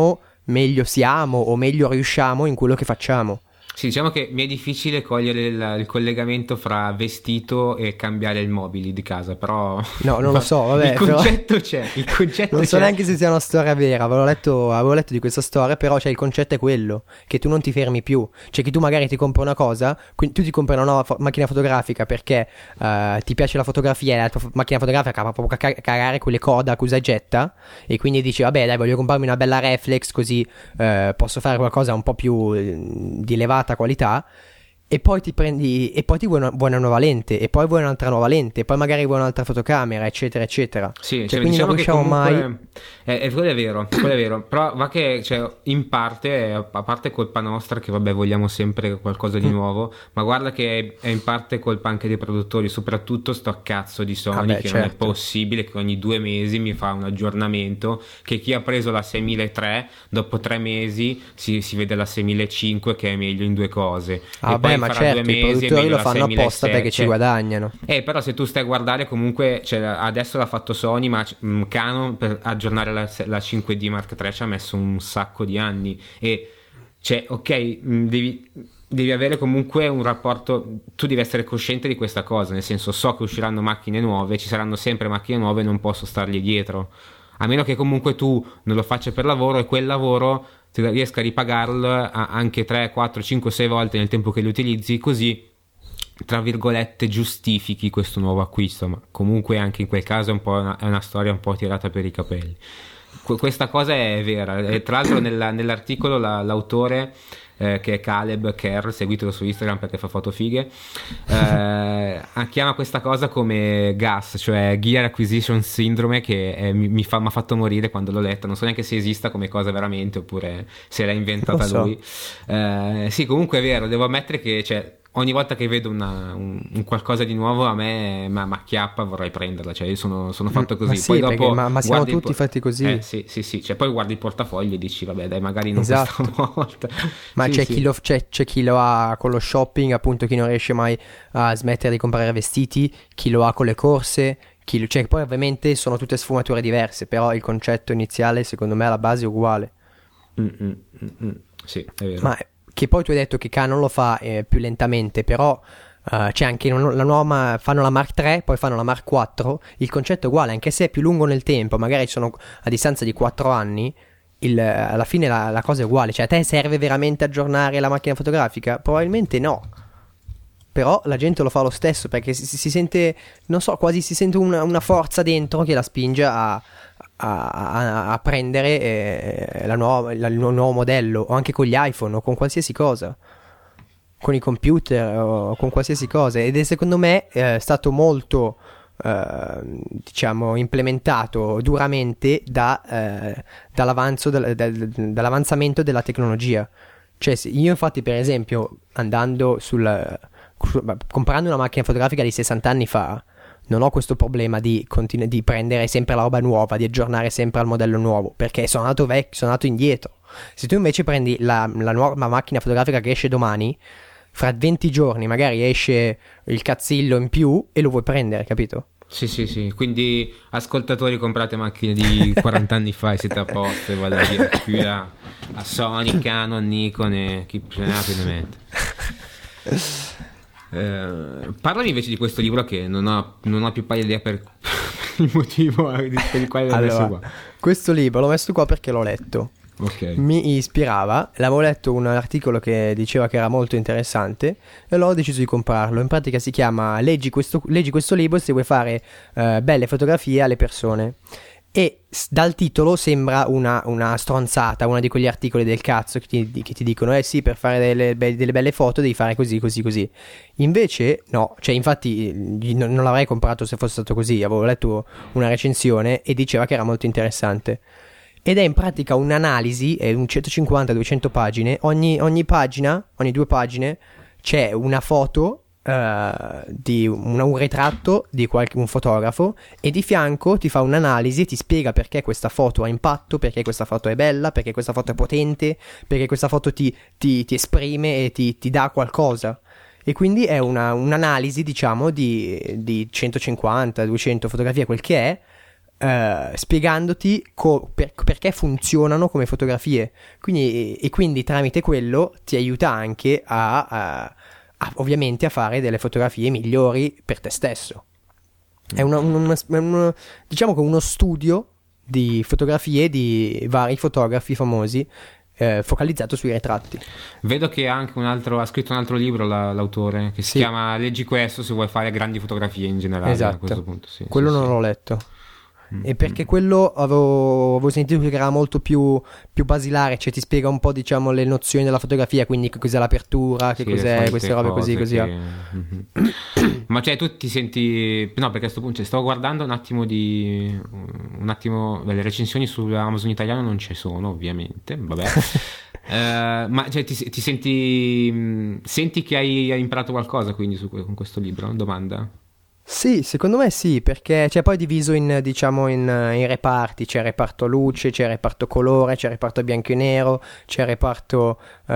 meglio siamo o meglio riusciamo in quello che facciamo. Sì, diciamo che mi è difficile cogliere il, il collegamento fra vestito e cambiare il mobili di casa, però no, non lo so, vabbè, il concetto però... c'è, il concetto non so c'è. neanche se sia una storia vera, avevo letto, avevo letto di questa storia, però cioè, il concetto è quello, che tu non ti fermi più, cioè che tu magari ti compri una cosa, quindi tu ti compri una nuova fo- macchina fotografica perché uh, ti piace la fotografia e la tua macchina fotografica fa proprio ca- cagare quelle Kodak usa e getta, e quindi dici vabbè dai, voglio comprarmi una bella reflex così uh, posso fare qualcosa un po' più uh, di elevata qualità, e poi ti prendi e poi ti vuoi una, vuoi una nuova lente, e poi vuoi un'altra nuova lente, e poi magari vuoi un'altra fotocamera, eccetera eccetera. Sì, cioè, cioè, quindi diciamo non che riusciamo comunque mai è, è, quello è vero, quello è vero, però va che cioè, in parte, a parte colpa nostra che vabbè vogliamo sempre qualcosa di nuovo, ma guarda che è in parte colpa anche dei produttori, soprattutto sto cazzo di Sony, vabbè, che certo. non è possibile che ogni due mesi mi fa un aggiornamento, che chi ha preso la seimilatre dopo tre mesi si, si vede la seimilaccinque che è meglio in due cose, ah, e vabbè, poi ma fra certo, due i mesi produttori lo fanno seimilasette, apposta perché ci cioè, guadagnano. eh, però se tu stai a guardare comunque cioè, adesso l'ha fatto Sony, ma mh, Canon per aggiornare la, la cinque D Mark tre ci ha messo un sacco di anni, e cioè ok, mh, devi, devi avere comunque un rapporto, tu devi essere cosciente di questa cosa, nel senso so che usciranno macchine nuove, ci saranno sempre macchine nuove, non posso stargli dietro, a meno che comunque tu non lo faccia per lavoro e quel lavoro tu riesca a ripagarlo anche tre, quattro, cinque, sei volte nel tempo che li utilizzi, così tra virgolette giustifichi questo nuovo acquisto, ma comunque anche in quel caso è un po' una, è una storia un po' tirata per i capelli. Qu- questa cosa è vera, e tra l'altro nella, nell'articolo la, l'autore eh, che è Caleb Kerr, seguitelo su Instagram perché fa foto fighe, eh, chiama questa cosa come G A S, cioè Gear Acquisition Syndrome, che è, mi, mi fa, m'ha fatto morire quando l'ho letta, non so neanche se esista come cosa veramente oppure se l'ha inventata so. lui. Eh, sì, comunque è vero, devo ammettere che cioè, ogni volta che vedo una, un, un qualcosa di nuovo a me ma acchiappa, vorrei prenderla, cioè io sono, sono fatto così. Ma sì, poi dopo perché, ma, ma siamo tutti po- fatti così. Eh, sì, sì, sì, cioè poi guardi il portafoglio e dici vabbè dai, magari non esatto. questa volta. Ma sì, c'è, sì. Chi lo, c'è, c'è chi lo ha con lo shopping, appunto, chi non riesce mai a smettere di comprare vestiti, chi lo ha con le corse, chi lo, cioè poi ovviamente sono tutte sfumature diverse, però il concetto iniziale secondo me alla base è uguale. Mm, mm, mm, mm. Sì, è vero. Ma che poi tu hai detto che Canon lo fa eh, più lentamente, però uh, c'è anche la nuova, fanno la Mark tre, poi fanno la Mark quattro, il concetto è uguale, anche se è più lungo nel tempo, magari sono a distanza di quattro anni, il, alla fine la, la cosa è uguale, cioè a te serve veramente aggiornare la macchina fotografica? Probabilmente no, però la gente lo fa lo stesso perché si, si sente, non so, quasi si sente una, una forza dentro che la spinge a... A, a, a prendere eh, la nuova, la, il nuovo modello, o anche con gli iPhone o con qualsiasi cosa, con i computer o con qualsiasi cosa, ed è secondo me eh, stato molto eh, diciamo implementato duramente da, eh, dall'avanzo del, del, dall'avanzamento della tecnologia. Cioè io infatti per esempio andando sul comprando una macchina fotografica di sessanta anni fa non ho questo problema di, continu- di prendere sempre la roba nuova, di aggiornare sempre al modello nuovo, perché sono andato vecchio, sono andato indietro. Se tu invece prendi la, la nuova macchina fotografica che esce domani, fra venti giorni magari esce il cazzillo in più e lo vuoi prendere, capito? Sì, sì, sì. Quindi ascoltatori, comprate macchine di quaranta anni fa e siete a posto, vado a dire più a, a Sony, Canon, Nikon e chi più ne ha più ne mette. Eh, parlami invece di questo libro che non ho, non ho più paia idea per il motivo per il quale l'ho allora, messo qua. Questo libro l'ho messo qua perché l'ho letto. Okay. Mi ispirava, l'avevo letto un articolo che diceva che era molto interessante e allora ho deciso di comprarlo. In pratica si chiama Leggi questo, leggi questo libro se vuoi fare uh, belle fotografie alle persone. E dal titolo sembra una, una stronzata, uno di quegli articoli del cazzo che ti, che ti dicono eh sì, per fare delle, delle belle foto devi fare così, così, così. Invece no, cioè infatti non, non l'avrei comprato se fosse stato così. Avevo letto una recensione e diceva che era molto interessante. Ed è in pratica un'analisi, è un centocinquanta duecento pagine, ogni, ogni pagina, ogni due pagine c'è una foto Uh, di un, un ritratto di qualche, un fotografo, e di fianco ti fa un'analisi e ti spiega perché questa foto ha impatto, perché questa foto è bella, perché questa foto è potente, perché questa foto ti, ti, ti esprime e ti, ti dà qualcosa. E quindi è una, un'analisi diciamo di, di centocinquanta duecento fotografie, quel che è, Uh, spiegandoti co- per- perché funzionano come fotografie, quindi, e, e quindi tramite quello ti aiuta anche a, a, a ovviamente a fare delle fotografie migliori per te stesso. È una, una, una, diciamo che uno studio di fotografie di vari fotografi famosi, eh, focalizzato sui ritratti. Vedo che anche un altro, ha scritto un altro libro la, l'autore che si sì. chiama Leggi questo se vuoi fare grandi fotografie in generale. Esatto. A questo punto, sì, quello sì, non sì. l'ho letto. E perché quello avevo, avevo sentito che era molto più, più basilare, cioè ti spiega un po', diciamo, le nozioni della fotografia, quindi che cos'è l'apertura, che Sì, cos'è queste robe così così. Che... mm-hmm. Ma cioè tu ti senti, no, perché a questo punto cioè, stavo guardando un attimo di un attimo, beh, le recensioni su Amazon italiano non ci sono ovviamente, vabbè. uh, ma cioè ti, ti senti senti che hai, hai imparato qualcosa quindi su, con questo libro? Domanda. Sì, secondo me sì, perché c'è poi diviso in, diciamo, in, in reparti, c'è il reparto luce, c'è il reparto colore, c'è il reparto bianco e nero, c'è il reparto,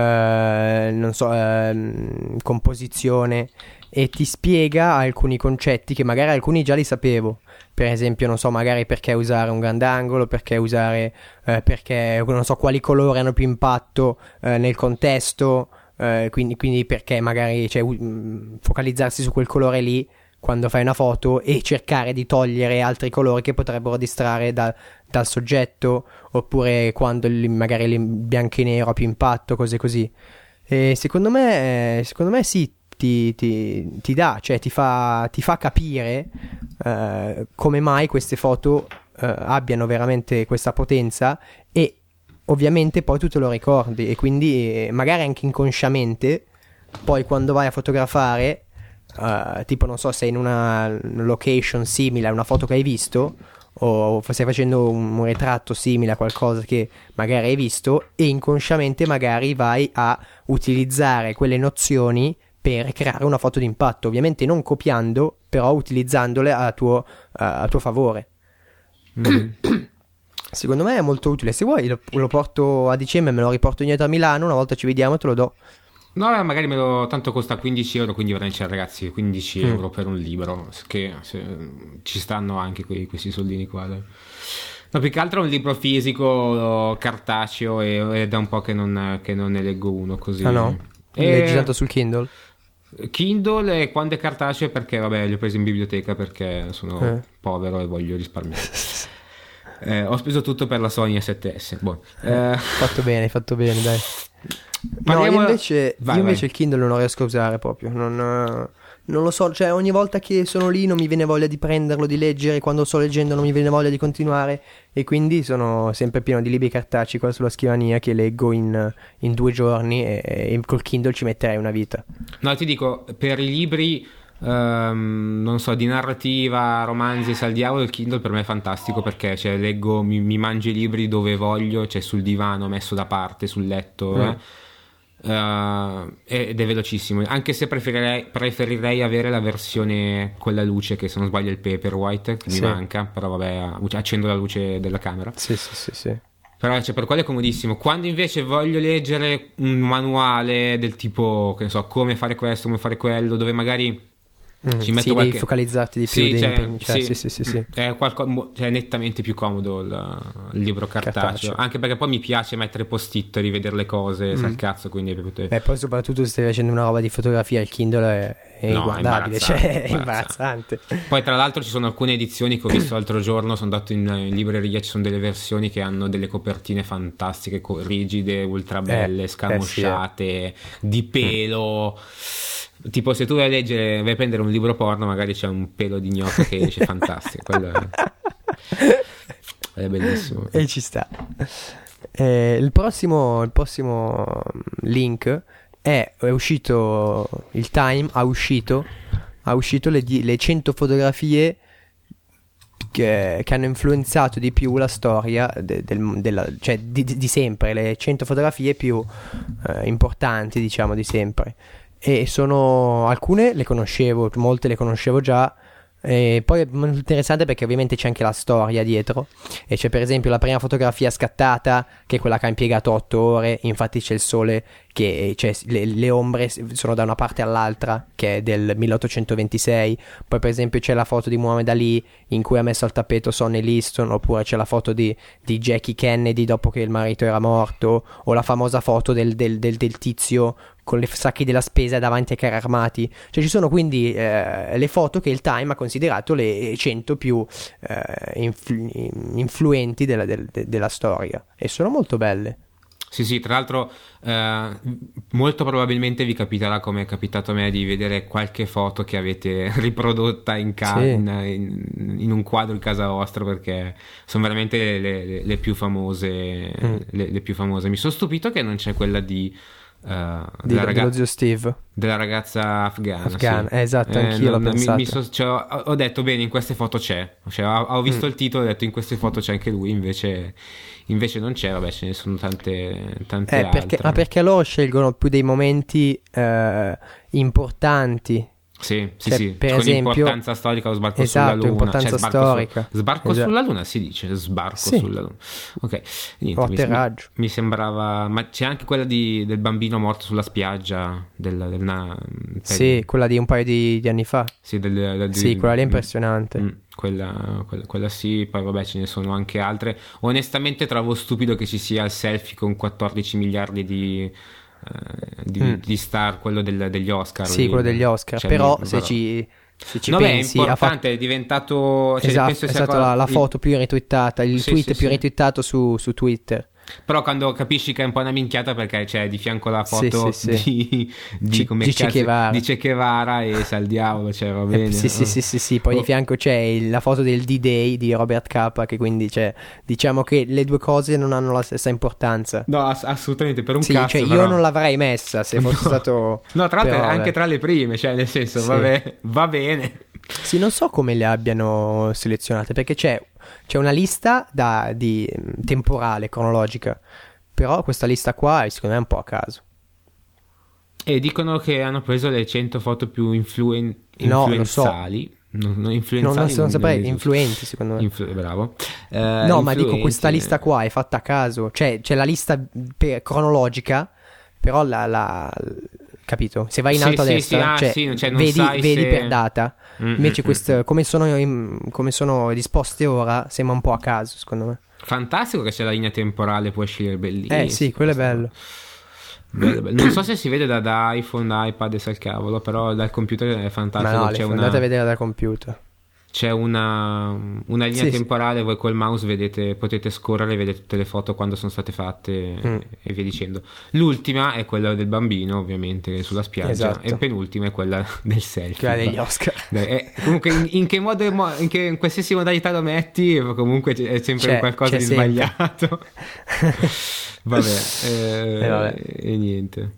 eh, non so, eh, composizione, e ti spiega alcuni concetti che magari alcuni già li sapevo, per esempio, non so, magari perché usare un grandangolo, perché usare, eh, perché, non so, quali colori hanno più impatto eh, nel contesto, eh, quindi, quindi perché magari, cioè, uh, focalizzarsi su quel colore lì quando fai una foto e cercare di togliere altri colori che potrebbero distrarre da, dal soggetto, oppure quando il, magari il bianco e nero ha più impatto, cose così. E secondo me, secondo me sì, ti, ti, ti dà, cioè ti fa, ti fa capire eh, come mai queste foto eh, abbiano veramente questa potenza, e ovviamente poi tu te lo ricordi, e quindi eh, magari anche inconsciamente poi quando vai a fotografare, Uh, tipo non so, sei in una location simile a una foto che hai visto, o stai facendo un, un ritratto simile a qualcosa che magari hai visto, e inconsciamente magari vai a utilizzare quelle nozioni per creare una foto d'impatto, ovviamente non copiando, però utilizzandole a tuo, uh, a tuo favore. Mm. Secondo me è molto utile. Se vuoi lo, lo porto a dicembre, me lo riporto indietro a Milano, una volta ci vediamo e te lo do. No, magari me lo, tanto costa quindici euro, quindi veramente, cioè, ragazzi, quindici mm. euro per un libro, che se, ci stanno anche quei, questi soldini qua, dai. No, più che altro è un libro fisico, cartaceo, e è da un po' che non, che non ne leggo uno così. Ah no? E... Leggi tanto sul Kindle? Kindle, e quando è cartaceo perché, vabbè, li ho presi in biblioteca perché sono eh. povero e voglio risparmiare. eh, ho speso tutto per la Sony A sette S. Boh. Eh... Fatto bene, hai fatto bene, dai. Parliamo... No, io invece, vai, io invece vai. il Kindle non lo riesco a usare proprio. Non, non lo so, cioè ogni volta che sono lì non mi viene voglia di prenderlo, di leggere. Quando sto leggendo non mi viene voglia di continuare. E quindi sono sempre pieno di libri cartacei qua sulla scrivania che leggo in, in due giorni. E, e col Kindle ci metterei una vita. No, ti dico, per i libri... Um, non so, di narrativa, romanzi e sal diavolo, il Kindle per me è fantastico perché cioè, leggo, mi, mi mangio i libri dove voglio, cioè sul divano messo da parte, sul letto, mm. eh. uh, ed è velocissimo, anche se preferirei, preferirei avere la versione con la luce, che se non sbaglio è il Paperwhite, che sì. mi manca, però vabbè, accendo la luce della camera. Sì, sì, sì, sì. Però cioè, per quello è comodissimo. Quando invece voglio leggere un manuale del tipo, che ne so, come fare questo, come fare quello, dove magari Mm, ci metto sì, qualche... devi focalizzarti di più, sì, devi cioè, impegni, cioè, sì, sì, sì, sì, sì. È qualco... cioè, nettamente più comodo il, il libro cartaceo. cartaceo, anche perché poi mi piace mettere post-it, rivedere le cose, mm. sal cazzo, quindi è proprio... E poi soprattutto se stai facendo una roba di fotografia, il Kindle è, è no, inguardabile, cioè è imbarazzante. Poi tra l'altro ci sono alcune edizioni che ho visto l'altro giorno, sono andato in, in libreria, ci sono delle versioni che hanno delle copertine fantastiche, rigide, ultra belle, eh, scamosciate, eh sì, eh. di pelo... Mm. Tipo se tu vai a leggere, vai a prendere un libro porno, magari c'è un pelo di gnocca che esce fantastico, quello è, è bellissimo. E ci sta. Eh, il prossimo il prossimo link è, è uscito, il Time ha uscito ha uscito le, le cento fotografie che, che hanno influenzato di più la storia de, del, della, cioè di, di sempre, le cento fotografie più eh, importanti, diciamo, di sempre. E sono, alcune le conoscevo, molte le conoscevo già, e poi è molto interessante perché ovviamente c'è anche la storia dietro, e c'è per esempio la prima fotografia scattata, che è quella che ha impiegato otto ore, infatti c'è il sole che cioè, le, le ombre sono da una parte all'altra, che è del milleottocentoventisei. Poi per esempio c'è la foto di Muhammad Ali in cui ha messo al tappeto Sonny Liston, oppure c'è la foto di, di Jackie Kennedy dopo che il marito era morto, o la famosa foto del, del, del, del tizio con le sacchi della spesa davanti ai carri armati. Cioè ci sono quindi eh, le foto che il Time ha considerato le cento più eh, influ- influenti della, del, de, della storia, e sono molto belle. Sì, sì, tra l'altro eh, molto probabilmente vi capiterà, come è capitato a me, di vedere qualche foto che avete riprodotta in, ca- Sì. in, in, in un quadro in casa vostra, perché sono veramente le, le, le più famose, mm. le, le più famose. Mi sono stupito che non c'è quella di Uh, di, della, raga- dello zio Steve, della ragazza afghana, afghana. Sì. Eh, esatto, eh, anch'io non, l'ho mi, pensato. mi so, cioè, ho, ho detto bene, in queste foto c'è, cioè, ho, ho visto mm. il titolo e ho detto in queste foto c'è anche lui, invece, invece non c'è. Vabbè, ce ne sono tante, tante eh, altre. perché, ma perché loro scelgono più dei momenti eh, importanti. Sì, sì, Cioè, sì, per con esempio, importanza storica, lo sbarco esatto, sulla Luna, importanza cioè, sbarco storica. Su, sbarco Esatto. sulla Luna si dice, sbarco Sì. sulla Luna. Ok, niente, O mi, atterraggio. mi sembrava, ma c'è anche quella di, del bambino morto sulla spiaggia, del, del, na, Sì, quella di un paio di, di anni fa. sì, del, del, Sì, del, quella lì è impressionante. Mm, quella, quella, quella sì, poi vabbè ce ne sono anche altre. Onestamente trovo stupido che ci sia il selfie con quattordici miliardi di, eh, di, Mm. di star, quello del, degli Oscar. Sì, lì. quello degli Oscar. Cioè, però, lì, se ci, se ci no, beh, è pensi, ha importante, fatto... è diventato, cioè, esatto, penso è sia stata cosa- la, la il- foto più retweetata, il Sì, tweet sì, più sì. retweetato su, su Twitter. Però quando capisci che è un po' una minchiata, perché c'è di fianco la Sì, foto sì, sì. di, di, Ci- come di Che cazzo- Guevara. di Che Guevara, e sa il diavolo, cioè va Eh, bene. sì, sì, sì, sì, sì. Poi Oh. di fianco c'è il- la foto del D-Day di Robert Capa, che quindi c'è, diciamo che le due cose non hanno la stessa importanza. No, ass- assolutamente, per un Sì, cazzo cioè io però. non l'avrei messa se fosse No. stato... No, tra l'altro però, anche vabbè. tra le prime, cioè nel senso, Sì. vabbè, va bene. Sì, non so come le abbiano selezionate, perché c'è, c'è una lista da, di, temporale, cronologica, però questa lista qua secondo me è un po' a caso. E dicono che hanno preso le cento foto più influen- No, lo so. influenzali. No, no, Non, influenzali non, non saprei, esiste. influenti secondo me. Influ- bravo. Eh, No, ma dico, influenti, questa lista qua è fatta a caso. Cioè, c'è la lista per- cronologica, però la, la- capito? Se vai in Sì, alto a sì, destra, sì, ah, cioè, sì, cioè non vedi, sai vedi se- per data. Mm, Invece mm, queste, mm. come sono, in- come sono disposte ora, sembra un po' a caso, secondo me. Fantastico che c'è la linea temporale, puoi scegliere, bellissimo. Eh sì, quello è bello. Bello, bello. Non so se si vede da, da iPhone, da iPad e sa il cavolo, però dal computer è Ma fantastico. no, c'è, le, una, andate a vedere dal computer. c'è una, una linea Sì, sì. temporale, voi col mouse vedete, potete scorrere e vedete tutte le foto quando sono state fatte Mm. e via dicendo. L'ultima è quella del bambino, ovviamente, che è sulla spiaggia, Esatto. e penultima è quella del selfie. Quella degli Va- Oscar. Dai, eh, comunque in, in che modo, in, che, in qualsiasi modalità lo metti, comunque c'è- è sempre C'è- qualcosa c'è di sempre. sbagliato. Vabbè, eh, E vabbè. e niente.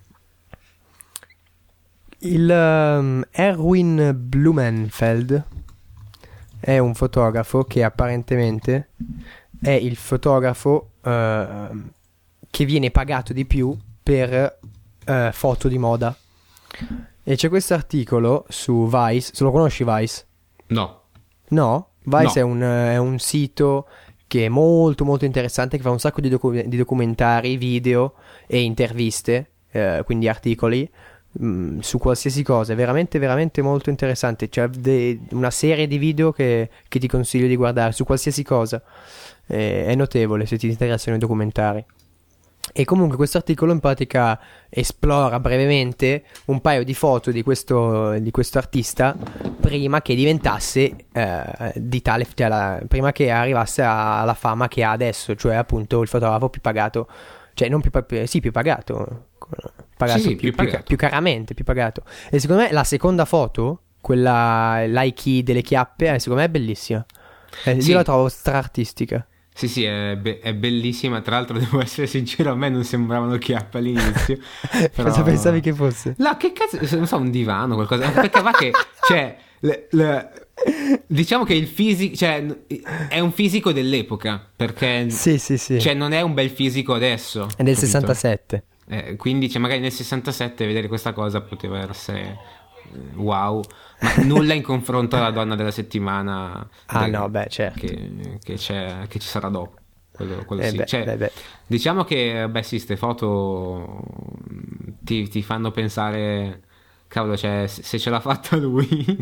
Il um, Erwin Blumenfeld è un fotografo che apparentemente è il fotografo eh, che viene pagato di più per eh, foto di moda. E c'è questo articolo su Vice. Se lo conosci Vice? No. No? Vice No. È, un, eh, è un sito che è molto molto interessante, che fa un sacco di, docu- di documentari, video e interviste, eh, quindi articoli mh, su qualsiasi cosa. È veramente veramente molto interessante. C'è de- una serie di video che, che ti consiglio di guardare su qualsiasi cosa. Eh, è notevole se ti interessano i documentari. E comunque questo articolo in pratica esplora brevemente un paio di foto di questo, di questo artista prima che diventasse eh, di tale, cioè la- prima che arrivasse a- alla fama che ha adesso, cioè appunto il fotografo più pagato, cioè non più, pa- sì, più pagato, pagato Sì, sì, più, più pagato. più caramente, più pagato. E secondo me la seconda foto, quella l'Aiki delle chiappe, eh, secondo me è bellissima. Eh, Sì. Io la trovo stra-artistica. Sì, sì, è, be- è bellissima. Tra l'altro, devo essere sincero, a me non sembravano chiappe all'inizio. Però... Cosa pensavi che fosse? No, che cazzo, non so, un divano, qualcosa. Perché va che, cioè, le- le- diciamo che il fisico, cioè, è un fisico dell'epoca, perché, Sì, sì, sì. cioè, non è un bel fisico adesso. È del capito? sessantasette. Eh, quindi, cioè, magari nel sessantasette vedere questa cosa poteva essere eh, wow, ma nulla in confronto alla donna della settimana. Ah del- no, beh, certo. che, che, c'è, che ci sarà dopo. quello, quello eh sì. beh, Cioè, beh, beh. diciamo che, beh sì, ste foto ti, ti fanno pensare, cavolo, cioè, se se ce l'ha fatta lui...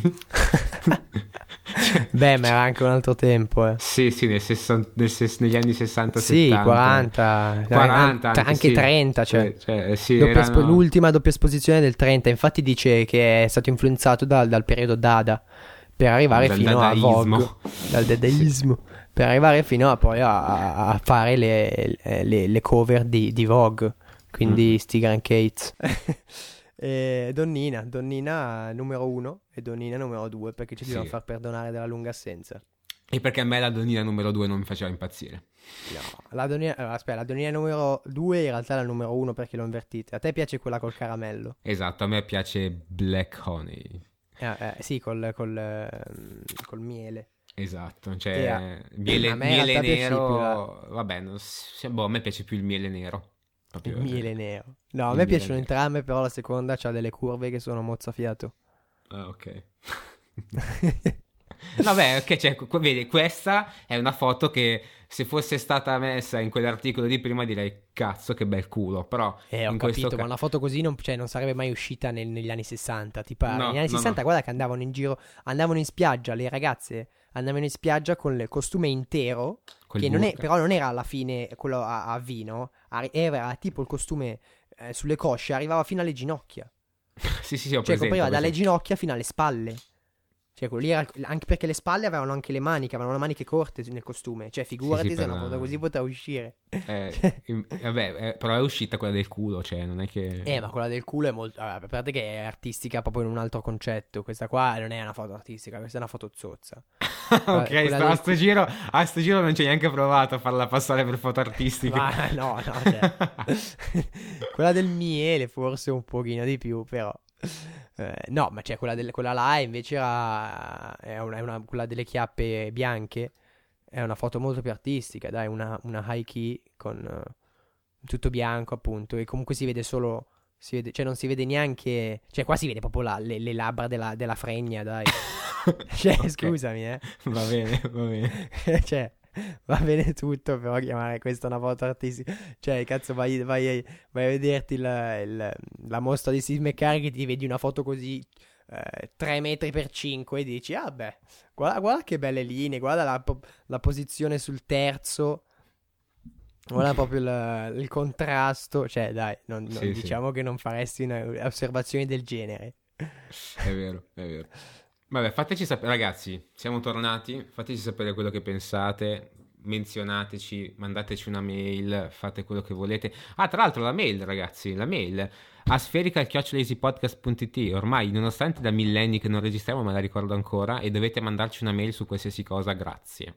Cioè, Beh, ma era cioè, anche un altro tempo, eh. sì, sì, nel sessanta nel ses- negli anni sessanta Sì, settanta. quaranta, quaranta anche, anche, anche sì. trenta, cioè. Cioè, cioè, sì, Doppia espo- erano... l'ultima doppia esposizione del trenta, infatti dice che è stato influenzato dal, dal periodo Dada per arrivare Dal fino a dadaismo. Vogue, dal Sì. dadaismo, per arrivare fino a poi a, a- a fare le, le- le cover di, di Vogue, quindi Mm. sti Gran Cates. E Donnina, Donnina numero uno e Donnina numero due perché ci Sì. dobbiamo far perdonare della lunga assenza. E perché a me la donnina numero due non mi faceva impazzire. No, la Donnina, allora, aspetta, la Donnina numero due in realtà è la numero uno perché l'ho invertita. A te piace quella col caramello? Esatto, a me piace Black Honey. Eh, eh, sì, col, col, ehm, col miele. Esatto, E cioè a- miele, a me in miele realtà piace di più nero, vabbè, non s- boh, a me piace più il miele nero. Il Proprio, miele eh, nero. No, a il me miele piacciono nero. entrambe, però la seconda ha delle curve che sono mozzafiato. Ah, ok. Vabbè, ok, cioè, qu- vedi, questa è una foto che se fosse stata messa in quell'articolo di prima direi cazzo che bel culo, però Eh, ho in capito, questo ma caso... una foto così non, cioè, non sarebbe mai uscita nel- negli anni sessanta, ti pare? No, Negli anni no, sessanta, no. guarda che andavano in giro, andavano in spiaggia, le ragazze andavano in spiaggia con il costume intero, Quel che non è, burka. però non era alla fine quello a, a vino, arri- era tipo il costume eh, sulle cosce, arrivava fino alle ginocchia. Sì, sì, sì, ho Cioè, presente, copriva ho dalle presente. ginocchia fino alle spalle. Cioè, quello lì era, anche perché le spalle avevano anche le maniche, avevano le maniche corte nel costume. Cioè, figurati Sì, sì, se per una la- foto così poteva uscire. Eh, in- vabbè, eh, però è uscita quella del culo, cioè non è che... Eh, ma quella del culo è molto. Vabbè, a parte che è artistica proprio in un altro concetto. Questa qua non è una foto artistica, questa è una foto zozza. Quella- Ok, quella sta- del a sto giro, a sto giro non c'è neanche provato a farla passare per foto artistiche. Ma no, no, cioè. Quella del miele forse un pochino di più, però. Eh, no, ma c'è quella, del- quella là invece era è una, è una- quella delle chiappe bianche. È una foto molto più artistica, dai, una, una high key con eh, tutto bianco, appunto. E comunque si vede solo. Si vede, cioè, non si vede neanche. Cioè, qua si vede proprio la- le, le labbra della, della fregna, dai. Cioè, Ok. scusami, eh. Va bene, va bene. Cioè, va bene tutto, però chiamare questa una foto artistica. Cioè, cazzo, vai, vai, vai a vederti il- il- la mostra di Steve McCarthy, ti vedi una foto così eh, tre metri per cinque e dici, ah beh, guarda, guarda che belle linee, guarda la, po- la posizione sul terzo, guarda proprio il, il contrasto. Cioè, dai, non, non- Sì, sì. diciamo che non faresti una- osservazioni del genere. È vero, è vero. Vabbè, fateci sapere, ragazzi, siamo tornati, fateci sapere quello che pensate, menzionateci, mandateci una mail, fate quello che volete. Ah, tra l'altro la mail, ragazzi, la mail a spherical chiocciola easypodcast punto it. Ormai, nonostante da millenni che non registriamo, me la ricordo ancora e dovete mandarci una mail su qualsiasi cosa, grazie.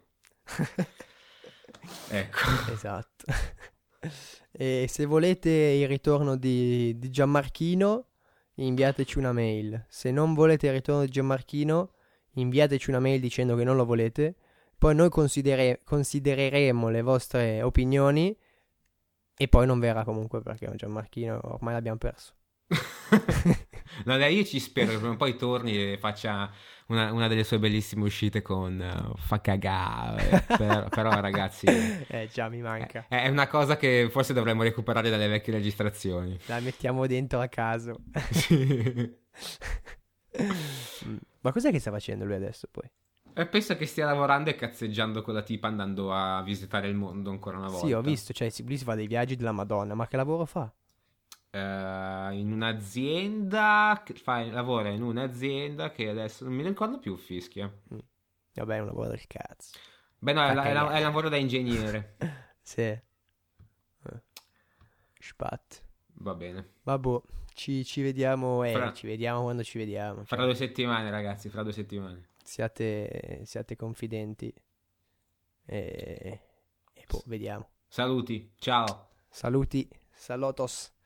Ecco. Esatto. E se volete il ritorno di, di Gianmarchino, inviateci una mail. Se non volete il ritorno di Gianmarchino, inviateci una mail dicendo che non lo volete. Poi noi considere- considereremo le vostre opinioni e poi non verrà comunque perché Gianmarchino ormai l'abbiamo perso. No, dai, io ci spero che prima o poi torni e faccia una, una delle sue bellissime uscite con uh, fa cagare. però, però, ragazzi, Eh già, mi manca. è, è una cosa che forse dovremmo recuperare dalle vecchie registrazioni. La mettiamo dentro a caso. Sì. Mm. Ma cos'è che sta facendo lui adesso poi? E penso che stia lavorando e cazzeggiando con la tipa andando a visitare il mondo ancora una volta. Sì, ho visto, cioè si- lui si fa dei viaggi della Madonna, ma che lavoro fa? Eh, in un'azienda che fa, lavora in un'azienda che adesso non mi ricordo più, fischia. Vabbè, è un lavoro del cazzo. Beh no, è, Fa la- è la- cagare. è un lavoro da ingegnere. Sì. Eh. Spat. Va bene. Vabbè, ci, ci vediamo, eh, Fra- ci vediamo quando ci vediamo. Fra Cioè, due settimane, ragazzi, fra due settimane. siate, siate confidenti. E, e boh, vediamo. Saluti, ciao. Saluti, salutos.